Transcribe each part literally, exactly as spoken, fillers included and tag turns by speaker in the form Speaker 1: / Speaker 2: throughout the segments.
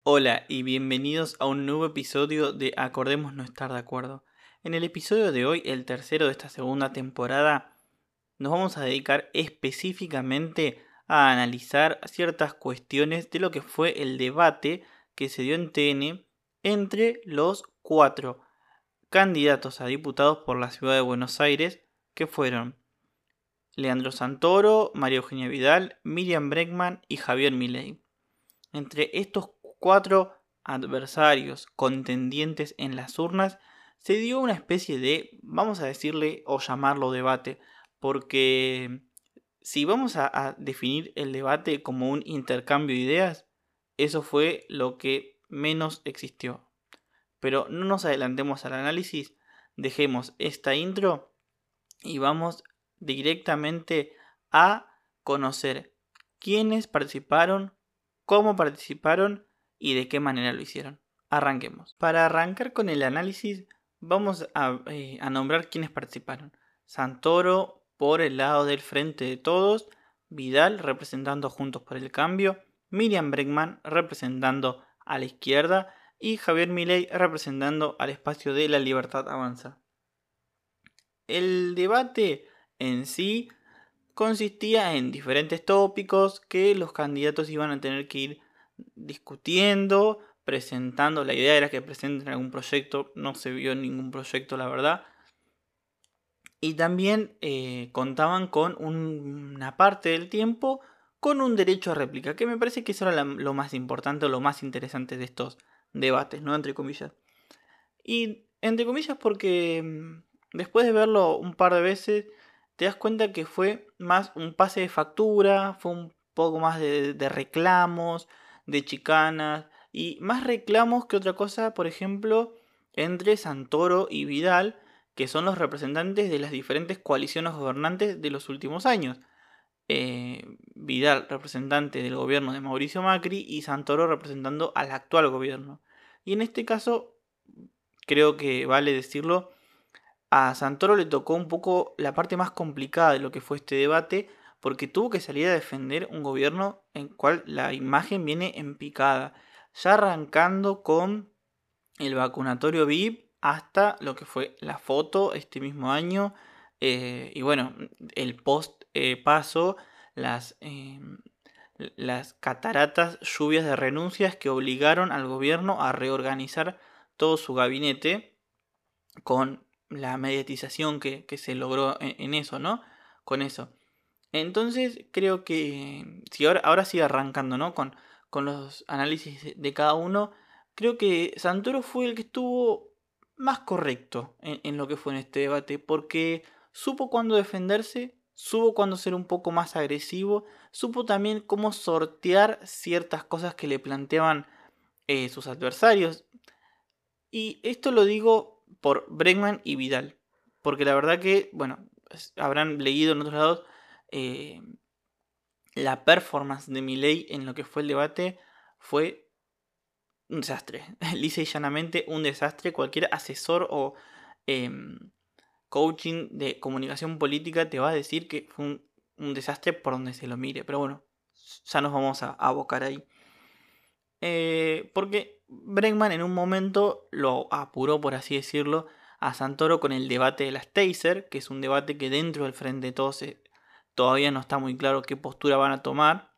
Speaker 1: Hola y bienvenidos a un nuevo episodio de Acordemos no estar de acuerdo. En el episodio de hoy, el tercero de esta segunda temporada, nos vamos a dedicar específicamente a analizar ciertas cuestiones de lo que fue el debate que se dio en T N entre los cuatro candidatos a diputados por la ciudad de Buenos Aires, que fueron Leandro Santoro, María Eugenia Vidal, Miriam Bregman y Javier Milei. Entre estos cuatro adversarios contendientes en las urnas, se dio una especie de, vamos a decirle o llamarlo debate, porque si vamos a, a definir el debate como un intercambio de ideas, eso fue lo que menos existió. Pero no nos adelantemos al análisis, dejemos esta intro y vamos directamente a conocer quiénes participaron, cómo participaron y de qué manera lo hicieron. Arranquemos. Para arrancar con el análisis, vamos a, eh, a nombrar quiénes participaron. Santoro por el lado del Frente de Todos, Vidal representando Juntos por el Cambio, Miriam Bregman representando a la izquierda y Javier Milei representando al espacio de La Libertad Avanza. El debate en sí consistía en diferentes tópicos que los candidatos iban a tener que ir discutiendo, presentando. La idea era que presenten algún proyecto, no se vio ningún proyecto, la verdad. Y también eh, contaban con un, una parte del tiempo con un derecho a réplica, que me parece que eso era la, lo más importante o lo más interesante de estos debates, ¿no? Entre comillas. Y entre comillas porque después de verlo un par de veces, te das cuenta que fue más un pase de factura, fue un poco más de, de reclamos, de chicanas, y más reclamos que otra cosa, por ejemplo, entre Santoro y Vidal, que son los representantes de las diferentes coaliciones gobernantes de los últimos años. Eh, Vidal, representante del gobierno de Mauricio Macri, y Santoro representando al actual gobierno. Y en este caso, creo que vale decirlo, a Santoro le tocó un poco la parte más complicada de lo que fue este debate, porque tuvo que salir a defender un gobierno en cual la imagen viene en picada, ya arrancando con el vacunatorio V I P hasta lo que fue la foto este mismo año, eh, y bueno, el post eh, paso, las, eh, las cataratas lluvias de renuncias que obligaron al gobierno a reorganizar todo su gabinete con la mediatización que, que se logró en, en, eso, ¿no? Con eso. Entonces creo que si ahora, ahora sigue arrancando, ¿no? Con, con los análisis de, de cada uno, creo que Santoro fue el que estuvo más correcto en, en lo que fue en este debate, porque supo cuándo defenderse, supo cuándo ser un poco más agresivo, supo también cómo sortear ciertas cosas que le planteaban eh, sus adversarios. Y esto lo digo por Bregman y Vidal. Porque la verdad que, bueno, habrán leído en otros lados eh, la performance de Milei en lo que fue el debate fue un desastre. Lisa y llanamente un desastre. Cualquier asesor o eh, coaching de comunicación política te va a decir que fue un, un desastre por donde se lo mire. Pero bueno, ya nos vamos a, a abocar ahí. Eh, porque Bregman en un momento lo apuró, por así decirlo, a Santoro con el debate de las taser, que es un debate que dentro del Frente de Todos eh, todavía no está muy claro qué postura van a tomar.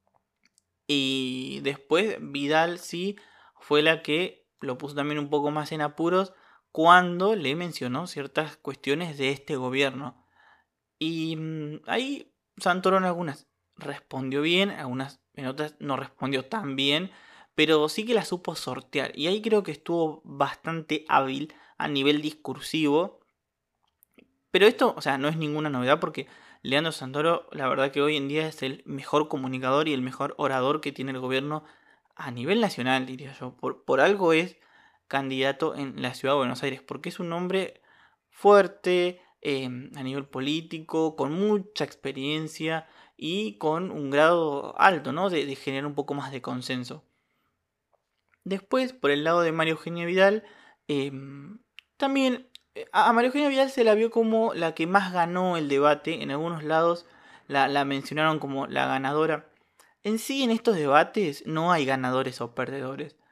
Speaker 1: Y después Vidal sí fue la que lo puso también un poco más en apuros cuando le mencionó ciertas cuestiones de este gobierno. Y mmm, ahí Santoro en algunas respondió bien, algunas en otras no respondió tan bien, pero sí que la supo sortear. Y ahí creo que estuvo bastante hábil a nivel discursivo. Pero esto, o sea, no es ninguna novedad porque Leandro Santoro, la verdad que hoy en día es el mejor comunicador y el mejor orador que tiene el gobierno a nivel nacional, diría yo. Por, por algo es candidato en la ciudad de Buenos Aires, porque es un hombre fuerte eh, a nivel político, con mucha experiencia y con un grado alto, ¿no? De, de generar un poco más de consenso. Después, por el lado de María Eugenia Vidal, eh, también a María Eugenia Vidal se la vio como la que más ganó el debate. En algunos lados la, la mencionaron como la ganadora. En sí, en estos debates no hay ganadores o perdedores.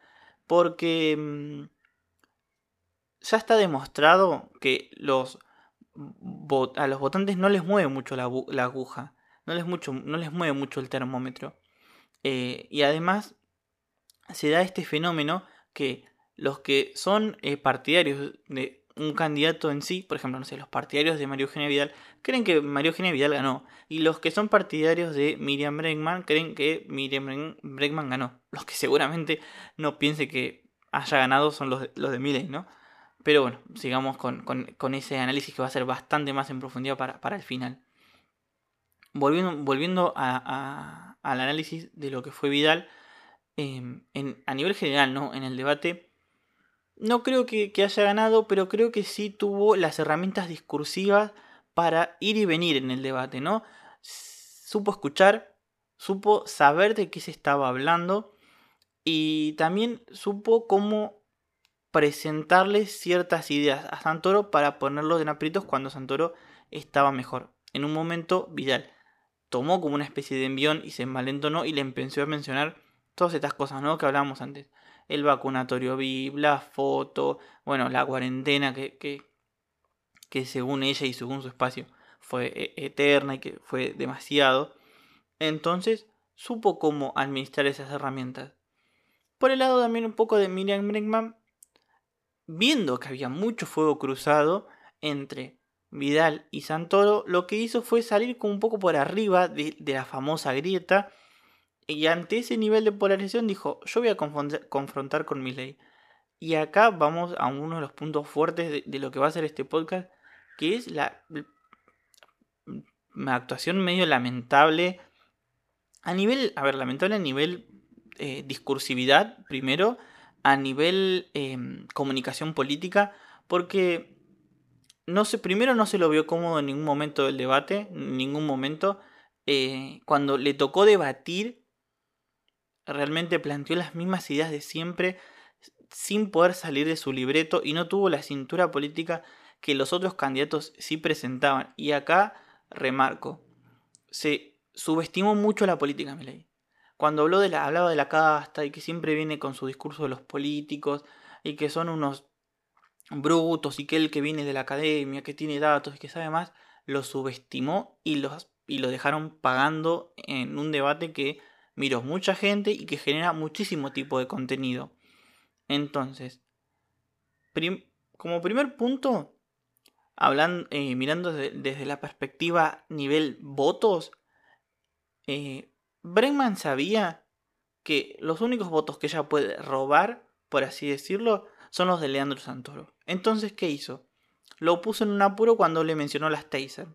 Speaker 1: porque mmm, ya está demostrado que los a los votantes no les mueve mucho la, la aguja, no les, mucho, no les mueve mucho el termómetro. Eh, y además se da este fenómeno que los que son eh, partidarios de un candidato en sí, por ejemplo, no sé, los partidarios de María Eugenia Vidal, creen que María Eugenia Vidal ganó. Y los que son partidarios de Miriam Bregman creen que Miriam Bregman ganó. Los que seguramente no piensen que haya ganado son los de, los de Milei, ¿no? Pero bueno, sigamos con, con, con ese análisis que va a ser bastante más en profundidad para, para el final. Volviendo, volviendo a, a, al análisis de lo que fue Vidal, eh, en, a nivel general, ¿no? En el debate, no creo que, que haya ganado, pero creo que sí tuvo las herramientas discursivas para ir y venir en el debate, ¿no? Supo escuchar, supo saber de qué se estaba hablando y también supo cómo presentarle ciertas ideas a Santoro para ponerlos en aprietos cuando Santoro estaba mejor. En un momento, Vidal tomó como una especie de envión y se envalentonó y le empezó a mencionar todas estas cosas, ¿no? Que hablábamos antes. El vacunatorio V I P, la foto, bueno, la cuarentena que, que, que según ella y según su espacio fue eterna y que fue demasiado. Entonces, supo cómo administrar esas herramientas. Por el lado también un poco de Miriam Bregman, viendo que había mucho fuego cruzado entre Vidal y Santoro, lo que hizo fue salir como un poco por arriba de, de la famosa grieta. Y ante ese nivel de polarización dijo, yo voy a confrontar con Milei. Y acá vamos a uno de los puntos fuertes de, de lo que va a ser este podcast, que es la, la actuación medio lamentable. A nivel, a ver, lamentable a nivel eh, discursividad, primero, a nivel eh, comunicación política, porque no sé, primero no se lo vio cómodo en ningún momento del debate, en ningún momento. Eh, cuando le tocó debatir, realmente planteó las mismas ideas de siempre, sin poder salir de su libreto, y no tuvo la cintura política que los otros candidatos sí presentaban. Y acá remarco, se subestimó mucho la política Milei. Cuando habló de la, hablaba de la casta y que siempre viene con su discurso de los políticos y que son unos brutos y que él que viene de la academia, que tiene datos y que sabe más, lo subestimó y, los, y lo dejaron pagando en un debate que miró mucha gente y que genera muchísimo tipo de contenido. Entonces, prim, como primer punto, hablando, eh, mirando de, desde la perspectiva nivel votos, eh, Bregman sabía que los únicos votos que ella puede robar, por así decirlo, son los de Leandro Santoro. Entonces, ¿qué hizo? Lo puso en un apuro cuando le mencionó las taser.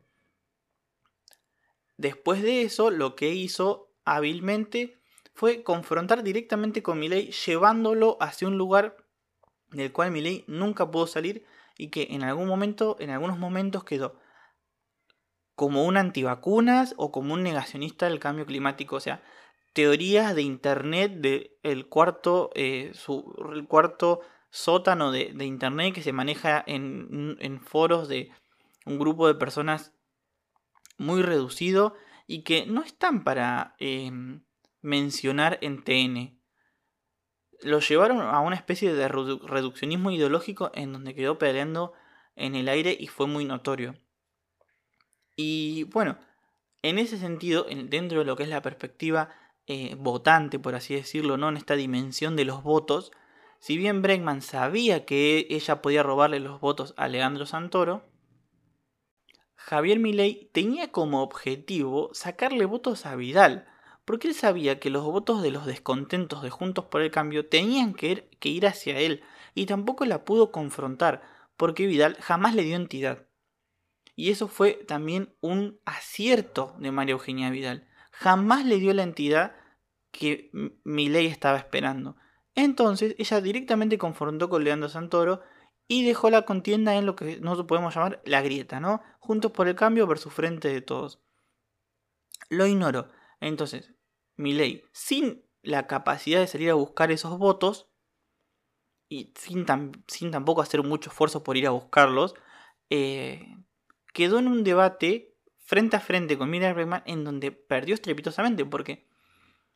Speaker 1: Después de eso, lo que hizo hábilmente fue confrontar directamente con Milei, llevándolo hacia un lugar del cual Milei nunca pudo salir y que en algún momento, en algunos momentos quedó como un antivacunas o como un negacionista del cambio climático. O sea, teorías de internet del de cuarto, eh, su, el cuarto sótano de, de internet que se maneja en, en foros de un grupo de personas muy reducido y que no están para eh, mencionar en T N. Lo llevaron a una especie de redu reduccionismo ideológico en donde quedó peleando en el aire y fue muy notorio. Y bueno, en ese sentido, dentro de lo que es la perspectiva eh, votante, por así decirlo, no en esta dimensión de los votos, si bien Bregman sabía que ella podía robarle los votos a Leandro Santoro, Javier Milei tenía como objetivo sacarle votos a Vidal, porque él sabía que los votos de los descontentos de Juntos por el Cambio tenían que ir, que ir hacia él, y tampoco la pudo confrontar, porque Vidal jamás le dio entidad. Y eso fue también un acierto de María Eugenia Vidal. Jamás le dio la entidad que Milei estaba esperando. Entonces ella directamente confrontó con Leandro Santoro y dejó la contienda en lo que nosotros podemos llamar la grieta, ¿no? Juntos por el Cambio versus Frente de Todos. Lo ignoró. Entonces, Milei, sin la capacidad de salir a buscar esos votos y sin, tam sin tampoco hacer mucho esfuerzo por ir a buscarlos, eh, quedó en un debate frente a frente con Miriam Bregman en donde perdió estrepitosamente porque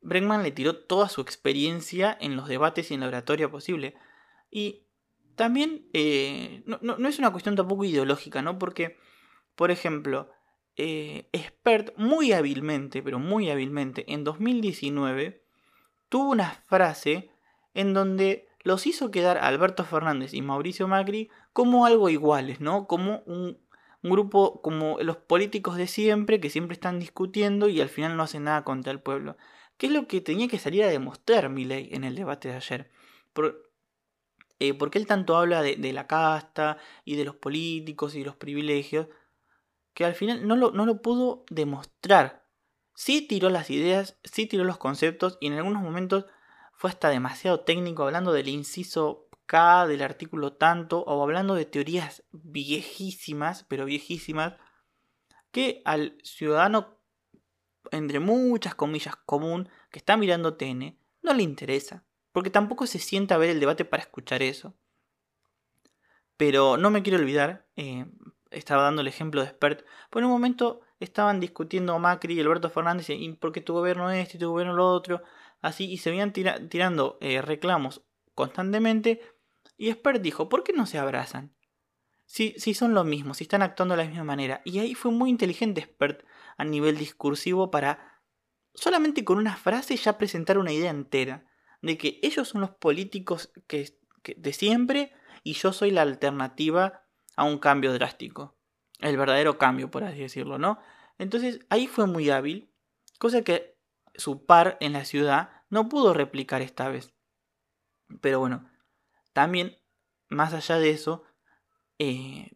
Speaker 1: Bregman le tiró toda su experiencia en los debates y en la oratoria posible. Y también eh, no, no, no es una cuestión tampoco ideológica, ¿no? Porque, por ejemplo, eh, Spert muy hábilmente, pero muy hábilmente, en dos mil diecinueve tuvo una frase en donde los hizo quedar a Alberto Fernández y Mauricio Macri como algo iguales, ¿no? Como un, un grupo, como los políticos de siempre, que siempre están discutiendo y al final no hacen nada contra el pueblo. ¿Qué es lo que tenía que salir a demostrar Milei en el debate de ayer? Por, eh, porque él tanto habla de, de la casta y de los políticos y de los privilegios, que al final no lo, no lo pudo demostrar. Sí tiró las ideas, sí tiró los conceptos y en algunos momentos fue hasta demasiado técnico hablando del inciso K del artículo tanto o hablando de teorías viejísimas, pero viejísimas, que al ciudadano, entre muchas comillas, común, que está mirando T N, no le interesa, porque tampoco se sienta a ver el debate para escuchar eso. Pero no me quiero olvidar, eh, estaba dando el ejemplo de Spert, por un momento estaban discutiendo Macri y Alberto Fernández, y por qué tu gobierno este y tu gobierno lo otro, así, y se venían tira tirando eh, reclamos constantemente, y Spert dijo, ¿por qué no se abrazan? Si, si son lo mismo, si están actuando de la misma manera. Y ahí fue muy inteligente Spert a nivel discursivo para solamente con una frase ya presentar una idea entera de que ellos son los políticos que, que de siempre y yo soy la alternativa a un cambio drástico. El verdadero cambio, por así decirlo, ¿no? Entonces ahí fue muy hábil, cosa que su par en la ciudad no pudo replicar esta vez. Pero bueno, también, más allá de eso, eh,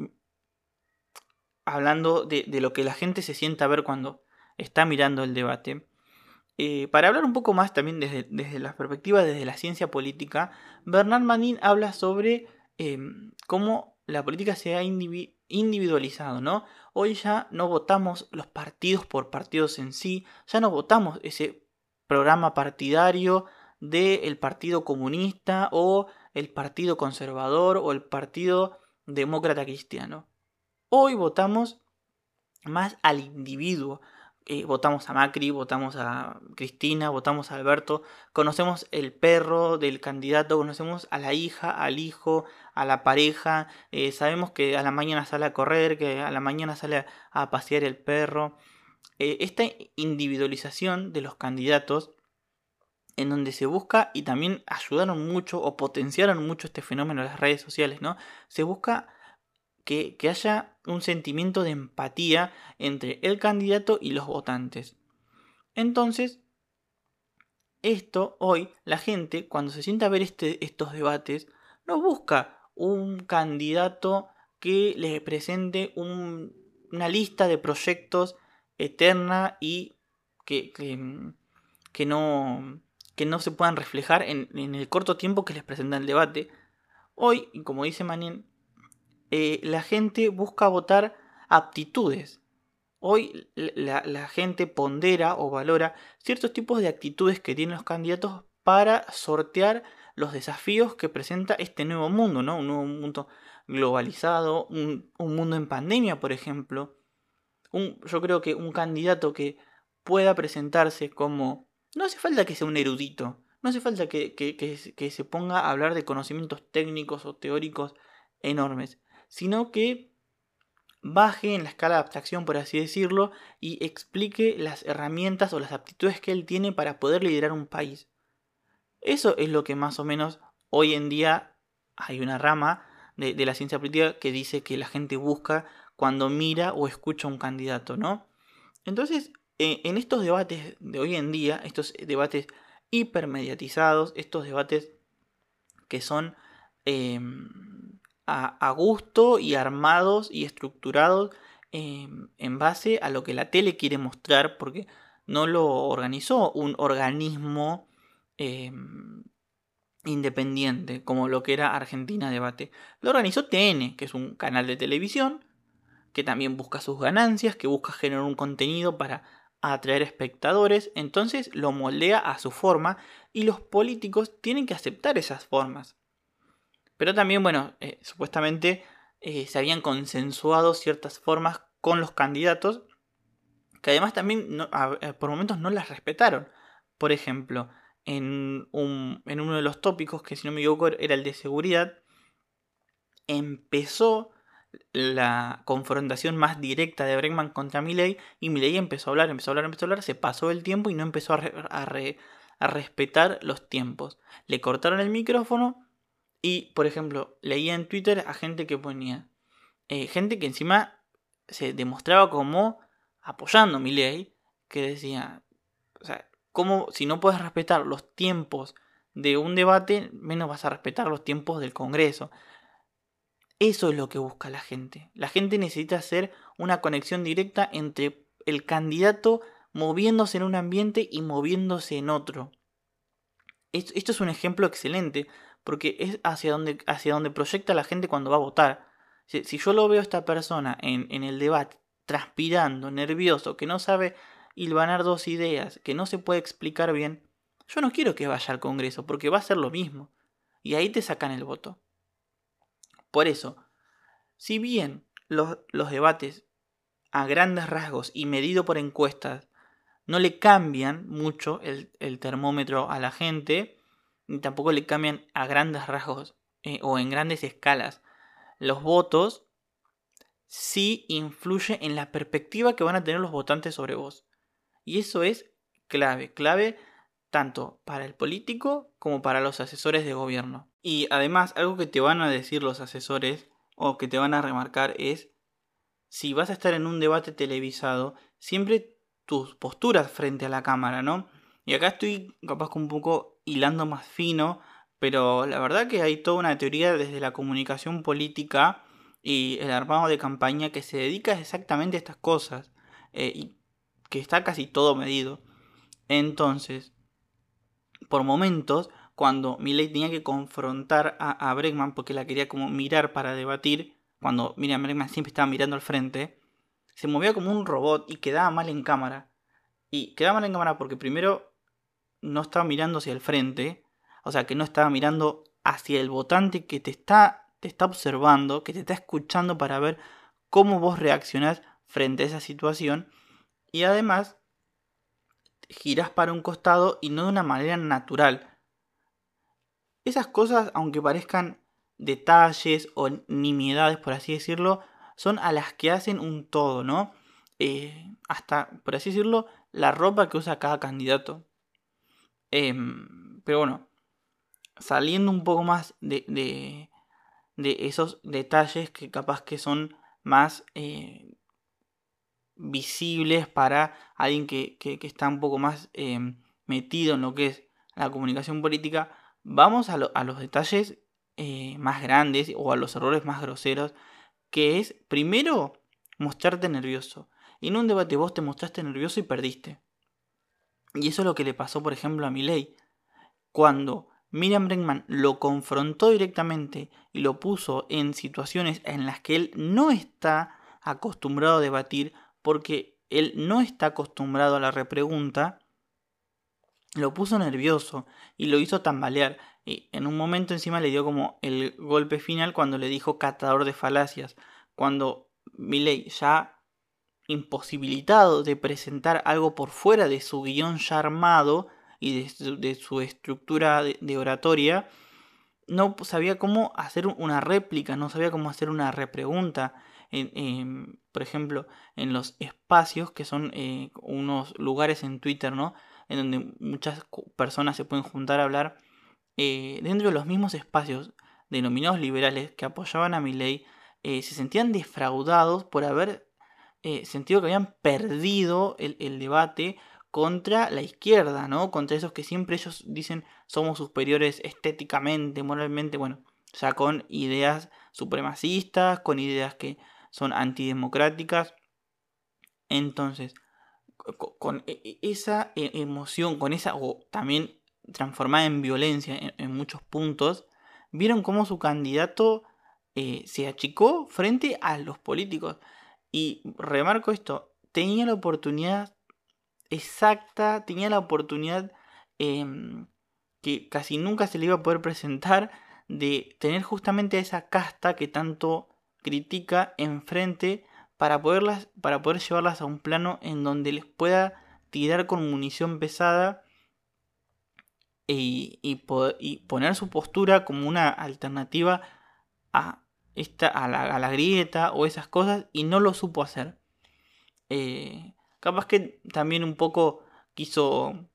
Speaker 1: hablando de, de lo que la gente se sienta a ver cuando está mirando el debate, Eh, para hablar un poco más también desde, desde la perspectiva, desde la ciencia política, Bernard Manin habla sobre eh, cómo la política se ha indivi individualizado, ¿no? Hoy ya no votamos los partidos por partidos en sí, ya no votamos ese programa partidario del Partido Comunista o el Partido Conservador o el Partido Demócrata Cristiano. Hoy votamos más al individuo. Eh, votamos a Macri, votamos a Cristina, votamos a Alberto, conocemos el perro del candidato, conocemos a la hija, al hijo, a la pareja, eh, sabemos que a la mañana sale a correr, que a la mañana sale a, a pasear el perro. Eh, esta individualización de los candidatos en donde se busca, y también ayudaron mucho o potenciaron mucho este fenómeno de las redes sociales, ¿no? Se busca que, que haya un sentimiento de empatía entre el candidato y los votantes. Entonces, esto hoy, la gente, cuando se sienta a ver este, estos debates, no busca un candidato que le presente un, una lista de proyectos eterna y que, que, que, no, que no se puedan reflejar en, en el corto tiempo que les presenta el debate. Hoy, como dice Manin, eh, la gente busca votar aptitudes. Hoy la, la gente pondera o valora ciertos tipos de actitudes que tienen los candidatos para sortear los desafíos que presenta este nuevo mundo, ¿no? Un nuevo mundo globalizado, un, un mundo en pandemia, por ejemplo. Un, yo creo que un candidato que pueda presentarse como... No hace falta que sea un erudito, no hace falta que, que, que, que se ponga a hablar de conocimientos técnicos o teóricos enormes, sino que baje en la escala de abstracción, por así decirlo, y explique las herramientas o las aptitudes que él tiene para poder liderar un país. Eso es lo que más o menos hoy en día hay una rama de, de la ciencia política que dice que la gente busca cuando mira o escucha a un candidato, ¿no? Entonces, eh, en estos debates de hoy en día, estos debates hipermediatizados, estos debates que son eh, a, a gusto y armados y estructurados eh, en base a lo que la tele quiere mostrar, porque no lo organizó un organismo eh, independiente como lo que era Argentina Debate. Lo organizó T N, que es un canal de televisión que también busca sus ganancias, que busca generar un contenido para atraer espectadores, entonces lo moldea a su forma y los políticos tienen que aceptar esas formas. Pero también, bueno, eh, supuestamente eh, se habían consensuado ciertas formas con los candidatos que además también no, a, por momentos no las respetaron. por ejemplo, en, un, en uno de los tópicos, que si no me equivoco era el de seguridad, empezó la confrontación más directa de Bregman contra Milei, y Milei empezó a hablar, empezó a hablar, empezó a hablar, se pasó el tiempo y no empezó a, re, a, re, a respetar los tiempos. Le cortaron el micrófono y, por ejemplo, leía en Twitter a gente que ponía, eh, gente que encima se demostraba como apoyando a Milei, que decía, o sea, ¿cómo si no puedes respetar los tiempos de un debate, menos vas a respetar los tiempos del Congreso? Eso es lo que busca la gente. La gente necesita hacer una conexión directa entre el candidato moviéndose en un ambiente y moviéndose en otro. Esto es un ejemplo excelente, porque es hacia donde, hacia donde proyecta la gente cuando va a votar. Si, si yo lo veo a esta persona en, en el debate, transpirando, nervioso, que no sabe hilvanar dos ideas, que no se puede explicar bien, yo no quiero que vaya al Congreso, porque va a ser lo mismo. Y ahí te sacan el voto. Por eso, si bien los, los debates a grandes rasgos y medido por encuestas no le cambian mucho el, el termómetro a la gente, ni tampoco le cambian a grandes rasgos eh, o en grandes escalas los votos, sí influye en la perspectiva que van a tener los votantes sobre vos. Y eso es clave, clave tanto para el político como para los asesores de gobierno. Y además, algo que te van a decir los asesores o que te van a remarcar es, si vas a estar en un debate televisado, siempre tus posturas frente a la cámara, ¿no? Y acá estoy capaz que un poco hilando más fino, pero la verdad que hay toda una teoría desde la comunicación política y el armado de campaña que se dedica exactamente a estas cosas, eh, y que está casi todo medido. Entonces, por momentos, cuando Milei tenía que confrontar a, a Bregman porque la quería como mirar para debatir, cuando Miriam Bregman siempre estaba mirando al frente, se movía como un robot y quedaba mal en cámara. Y quedaba mal en cámara porque primero no estaba mirando hacia el frente, o sea que no estaba mirando hacia el votante que te está, te está observando, que te está escuchando para ver cómo vos reaccionás frente a esa situación. Y además girás para un costado y no de una manera natural. Esas cosas, aunque parezcan detalles o nimiedades, por así decirlo, son a las que hacen un todo, ¿no? Eh, hasta, por así decirlo, la ropa que usa cada candidato. Eh, pero bueno, saliendo un poco más de, de, de esos detalles que capaz que son más eh, visibles para alguien que, que, que está un poco más eh, metido en lo que es la comunicación política, vamos a, lo, a los detalles eh, más grandes o a los errores más groseros, que es primero mostrarte nervioso. En un debate vos te mostraste nervioso y perdiste. Y eso es lo que le pasó, por ejemplo, a Milei. Cuando Miriam Bregman lo confrontó directamente y lo puso en situaciones en las que él no está acostumbrado a debatir, porque él no está acostumbrado a la repregunta, lo puso nervioso y lo hizo tambalear. Y en un momento encima le dio como el golpe final cuando le dijo catador de falacias. Cuando Milei, ya imposibilitado de presentar algo por fuera de su guión ya armado y de su, de su estructura de, de oratoria, no sabía cómo hacer una réplica, no sabía cómo hacer una repregunta. En, en, por ejemplo, en los espacios, que son eh, unos lugares en Twitter, ¿no? En donde muchas personas se pueden juntar a hablar. Eh, dentro de los mismos espacios denominados liberales que apoyaban a Milei, eh, se sentían defraudados por haber eh, sentido que habían perdido el, el debate contra la izquierda, ¿no? Contra esos que siempre ellos dicen somos superiores estéticamente, moralmente, bueno, ya con ideas supremacistas, con ideas que son antidemocráticas. Entonces, con esa emoción, con esa, o también transformada en violencia en, en muchos puntos, vieron cómo su candidato eh, se achicó frente a los políticos. Y remarco esto, tenía la oportunidad exacta, tenía la oportunidad eh, que casi nunca se le iba a poder presentar, de tener justamente a esa casta que tanto critica enfrente para, poderlas, para poder llevarlas a un plano en donde les pueda tirar con munición pesada y, y, po- y poner su postura como una alternativa a, esta, a, la, a la grieta o esas cosas y no lo supo hacer. Eh, capaz que también un poco quiso,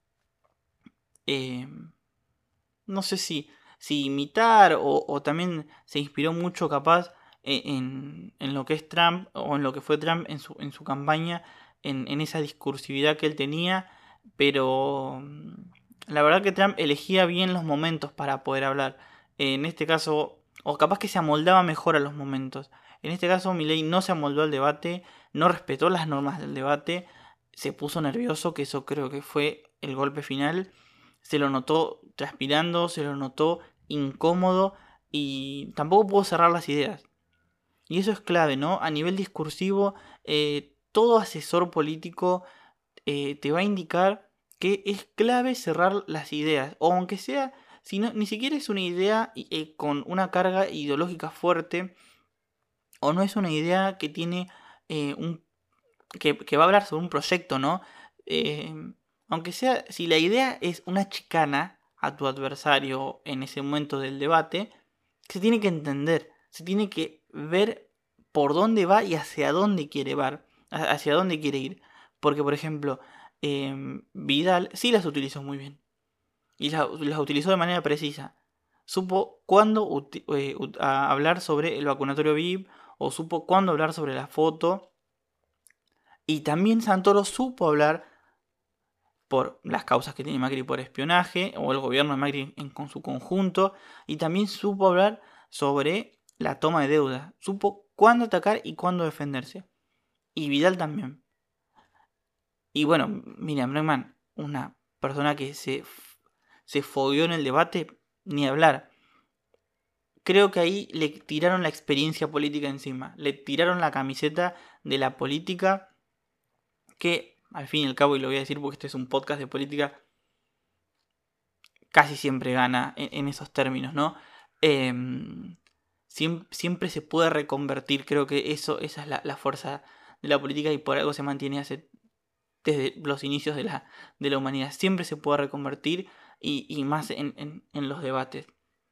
Speaker 1: eh, no sé si, si imitar o, o también se inspiró mucho capaz en, en, en lo que es Trump o en lo que fue Trump en su, en su campaña, en, en esa discursividad que él tenía, pero mm, la verdad que Trump elegía bien los momentos para poder hablar. En este caso, o capaz que se amoldaba mejor a los momentos. En este caso, Milei no se amoldó al debate, no respetó las normas del debate, se puso nervioso, que eso creo que fue el golpe final. Se lo notó transpirando, se lo notó incómodo y tampoco pudo cerrar las ideas. Y eso es clave, ¿no? A nivel discursivo, eh, todo asesor político eh, te va a indicar que es clave cerrar las ideas. O aunque sea, si no, ni siquiera es una idea eh, con una carga ideológica fuerte, o no es una idea que tiene eh, un que, que va a hablar sobre un proyecto, ¿no? Eh, aunque sea, si la idea es una chicana a tu adversario en ese momento del debate, se tiene que entender, se tiene que ver por dónde va y hacia dónde quiere va, hacia dónde quiere ir. Porque, por ejemplo, eh, Vidal sí las utilizó muy bien y las, las utilizó de manera precisa. Supo cuándo uti- eh, ut- a hablar sobre el vacunatorio V I P o supo cuándo hablar sobre la foto. Y también Santoro supo hablar por las causas que tiene Macri por espionaje, o el gobierno de Macri en, con su conjunto, y también supo hablar sobre la toma de deuda. Supo cuándo atacar y cuándo defenderse. Y Vidal también. Y bueno, Miriam Bregman, una persona que se, se fogueó en el debate, ni hablar. Creo que ahí le tiraron la experiencia política encima. Le tiraron la camiseta de la política que, al fin y al cabo, y lo voy a decir porque este es un podcast de política, casi siempre gana en, en esos términos, ¿no? Eh, siempre, siempre se puede reconvertir, creo que eso, esa es la, la fuerza de la política y por algo se mantiene hace, desde los inicios de la, de la humanidad. Siempre se puede reconvertir y, y más en, en, en los debates.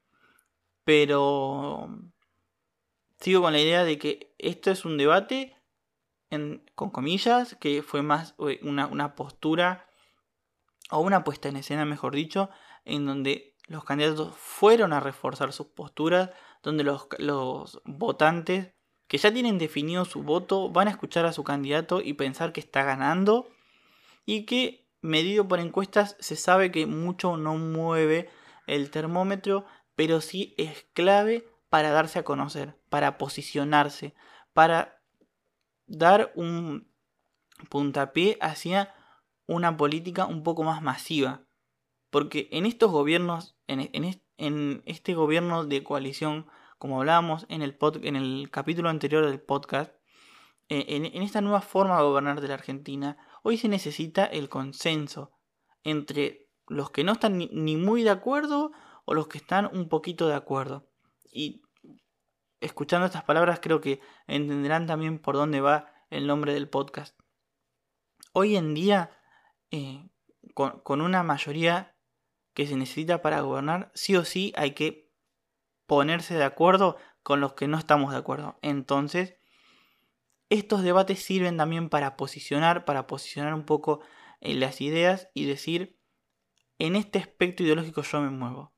Speaker 1: Pero sigo con la idea de que esto es un debate, en, con comillas, que fue más una, una postura o una puesta en escena, mejor dicho, en donde los candidatos fueron a reforzar sus posturas, donde los, los votantes que ya tienen definido su voto van a escuchar a su candidato y pensar que está ganando y que, medido por encuestas, se sabe que mucho no mueve el termómetro, pero sí es clave para darse a conocer, para posicionarse, para dar un puntapié hacia una política un poco más masiva. Porque en estos gobiernos, en, en, en este gobierno de coalición, como hablábamos en el, pod, en el capítulo anterior del podcast, eh, en, en esta nueva forma de gobernar de la Argentina, hoy se necesita el consenso entre los que no están ni, ni muy de acuerdo o los que están un poquito de acuerdo. Y escuchando estas palabras creo que entenderán también por dónde va el nombre del podcast. Hoy en día, eh, con, con una mayoría que se necesita para gobernar, sí o sí hay que ponerse de acuerdo con los que no estamos de acuerdo. Entonces, estos debates sirven también para posicionar, para posicionar un poco eh, las ideas y decir, en este aspecto ideológico yo me muevo.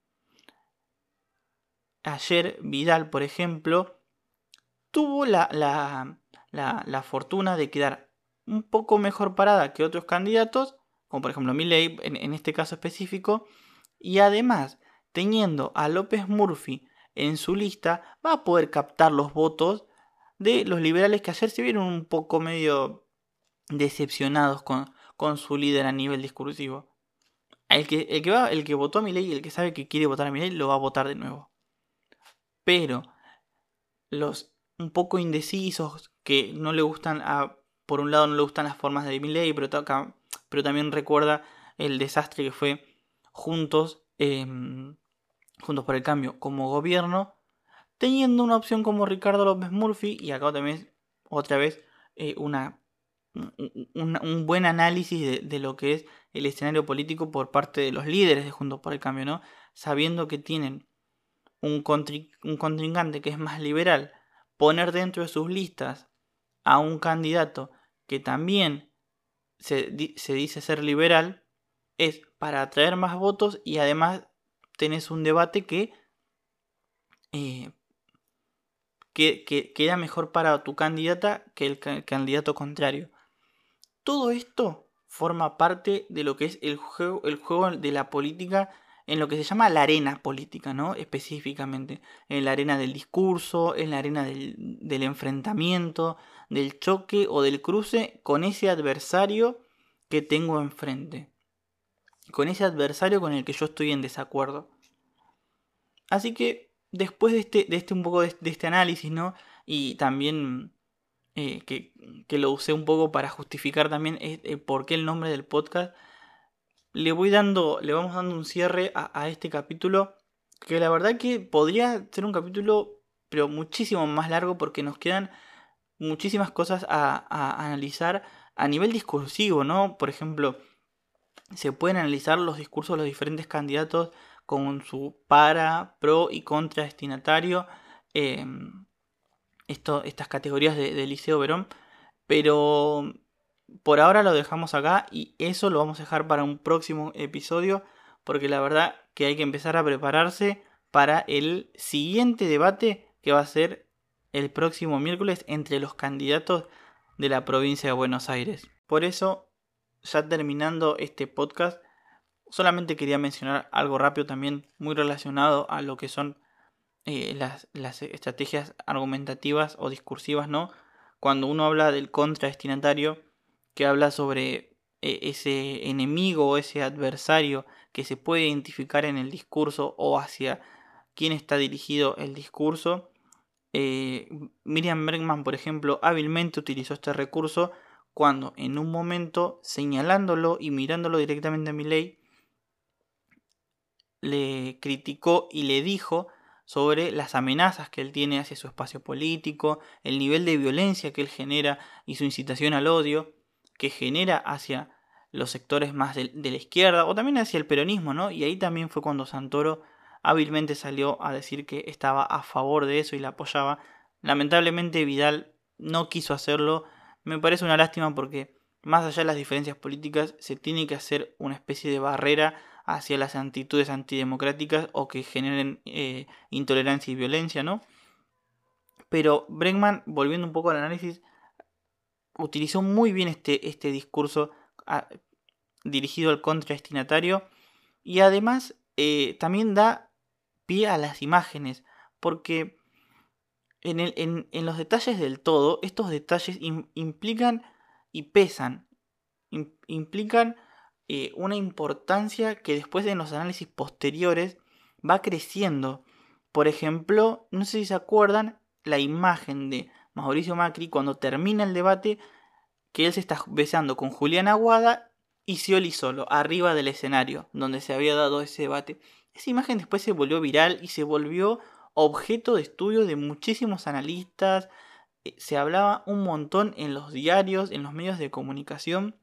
Speaker 1: Ayer Vidal, por ejemplo, tuvo la, la, la, la fortuna de quedar un poco mejor parada que otros candidatos, como por ejemplo Milei en, en este caso específico, y además, teniendo a López Murphy en su lista, va a poder captar los votos de los liberales que ayer se vieron un poco medio decepcionados con, con su líder a nivel discursivo. El que, el que, va, el que votó a Milei y el que sabe que quiere votar a Milei lo va a votar de nuevo. Pero los un poco indecisos que no le gustan a... Por un lado no le gustan las formas de Milei, pero, toca, pero también recuerda el desastre que fue Juntos... Eh, Juntos por el Cambio como gobierno, teniendo una opción como Ricardo López Murphy, y acá también otra vez eh, una, un, un, buen análisis de, de lo que es el escenario político por parte de los líderes de Juntos por el Cambio, ¿no? Sabiendo que tienen un, contri- un contrincante que es más liberal, poner dentro de sus listas a un candidato que también se, di- se dice ser liberal, es para atraer más votos y además tenés un debate que, eh, que, que queda mejor para tu candidata que el ca- candidato contrario. Todo esto forma parte de lo que es el juego, el juego de la política en lo que se llama la arena política, ¿no? Específicamente, en la arena del discurso, en la arena del, del enfrentamiento, del choque o del cruce con ese adversario que tengo enfrente, con ese adversario con el que yo estoy en desacuerdo. Así que después de este, de este un poco de, de este análisis, ¿no? Y también eh, que, que lo usé un poco para justificar también eh, eh, por qué el nombre del podcast, le voy dando, le vamos dando un cierre a, a este capítulo, que la verdad que podría ser un capítulo, pero muchísimo más largo porque nos quedan muchísimas cosas a, a analizar a nivel discursivo, ¿no? Por ejemplo, se pueden analizar los discursos de los diferentes candidatos con su para, pro y contra destinatario. Eh, esto, estas categorías de, de Liceo Verón. Pero por ahora lo dejamos acá y eso lo vamos a dejar para un próximo episodio. Porque la verdad que hay que empezar a prepararse para el siguiente debate que va a ser el próximo miércoles entre los candidatos de la provincia de Buenos Aires. Por eso, ya terminando este podcast, solamente quería mencionar algo rápido también muy relacionado a lo que son eh, las, las estrategias argumentativas o discursivas, ¿no? Cuando uno habla del contradestinatario, que habla sobre eh, ese enemigo o ese adversario que se puede identificar en el discurso o hacia quién está dirigido el discurso. Eh, Miriam Bregman, por ejemplo, hábilmente utilizó este recurso cuando en un momento, señalándolo y mirándolo directamente a Milei, le criticó y le dijo sobre las amenazas que él tiene hacia su espacio político, el nivel de violencia que él genera y su incitación al odio que genera hacia los sectores más de, de la izquierda o también hacia el peronismo, ¿no? Y ahí también fue cuando Santoro hábilmente salió a decir que estaba a favor de eso y la apoyaba. Lamentablemente Vidal no quiso hacerlo. Me parece una lástima porque más allá de las diferencias políticas se tiene que hacer una especie de barrera hacia las actitudes antidemocráticas o que generen eh, intolerancia y violencia, ¿no? Pero Bregman, volviendo un poco al análisis, utilizó muy bien este, este discurso a, dirigido al contradestinatario y además eh, también da pie a las imágenes, porque en, el, en, en los detalles del todo, estos detalles im, implican y pesan, im, implican eh, una importancia que después en los análisis posteriores va creciendo. Por ejemplo, no sé si se acuerdan la imagen de Mauricio Macri cuando termina el debate, que él se está besando con Julián Aguada y Scioli solo, arriba del escenario donde se había dado ese debate. Esa imagen después se volvió viral y se volvió objeto de estudio de muchísimos analistas. Se hablaba un montón en los diarios, en los medios de comunicación.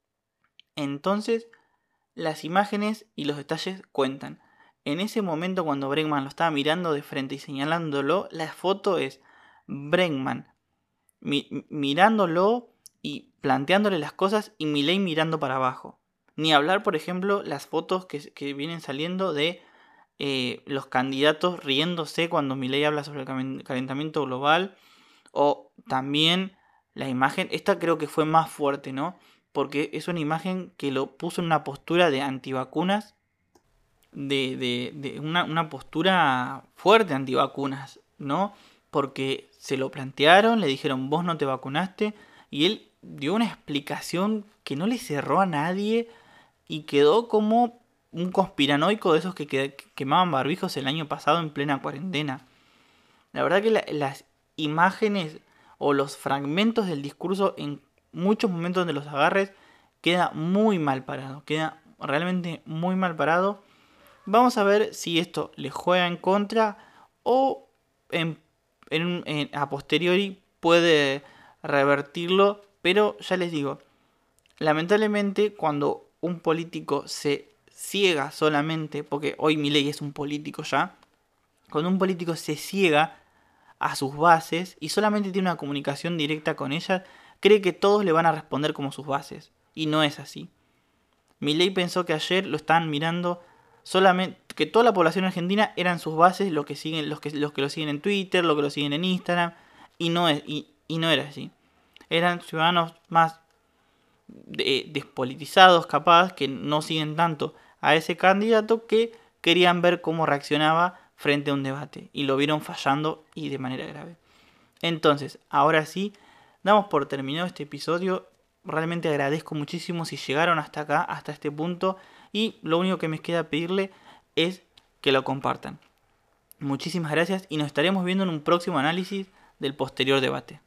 Speaker 1: Entonces, las imágenes y los detalles cuentan. En ese momento, cuando Bregman lo estaba mirando de frente y señalándolo, la foto es Bregman mi mirándolo y planteándole las cosas y Milei mirando para abajo. Ni hablar, por ejemplo, las fotos que, que vienen saliendo de eh, los candidatos riéndose cuando Milei habla sobre el calentamiento global. O también la imagen, esta creo que fue más fuerte, ¿no? Porque es una imagen que lo puso en una postura de antivacunas, de, de, de una, una postura fuerte antivacunas, ¿no? Porque se lo plantearon, le dijeron vos no te vacunaste y él dio una explicación que no le cerró a nadie y quedó como un conspiranoico de esos que, que quemaban barbijos el año pasado en plena cuarentena. La verdad que la, las imágenes o los fragmentos del discurso en muchos momentos donde los agarres queda muy mal parado, queda realmente muy mal parado. Vamos a ver si esto le juega en contra o en, en, en, a posteriori puede revertirlo. Pero ya les digo, lamentablemente cuando un político se ciega solamente, porque hoy Milei es un político ya, cuando un político se ciega a sus bases y solamente tiene una comunicación directa con ellas, cree que todos le van a responder como sus bases. Y no es así. Milei pensó que ayer lo estaban mirando solamente, que toda la población argentina eran sus bases, los que siguen, los que, los que lo siguen en Twitter, los que lo siguen en Instagram, y no es, y, y no era así. Eran ciudadanos más de, despolitizados, capaz, que no siguen tanto a ese candidato, que querían ver cómo reaccionaba frente a un debate. Y lo vieron fallando y de manera grave. Entonces, ahora sí, damos por terminado este episodio. Realmente agradezco muchísimo si llegaron hasta acá, hasta este punto. Y lo único que me queda pedirle es que lo compartan. Muchísimas gracias y nos estaremos viendo en un próximo análisis del posterior debate.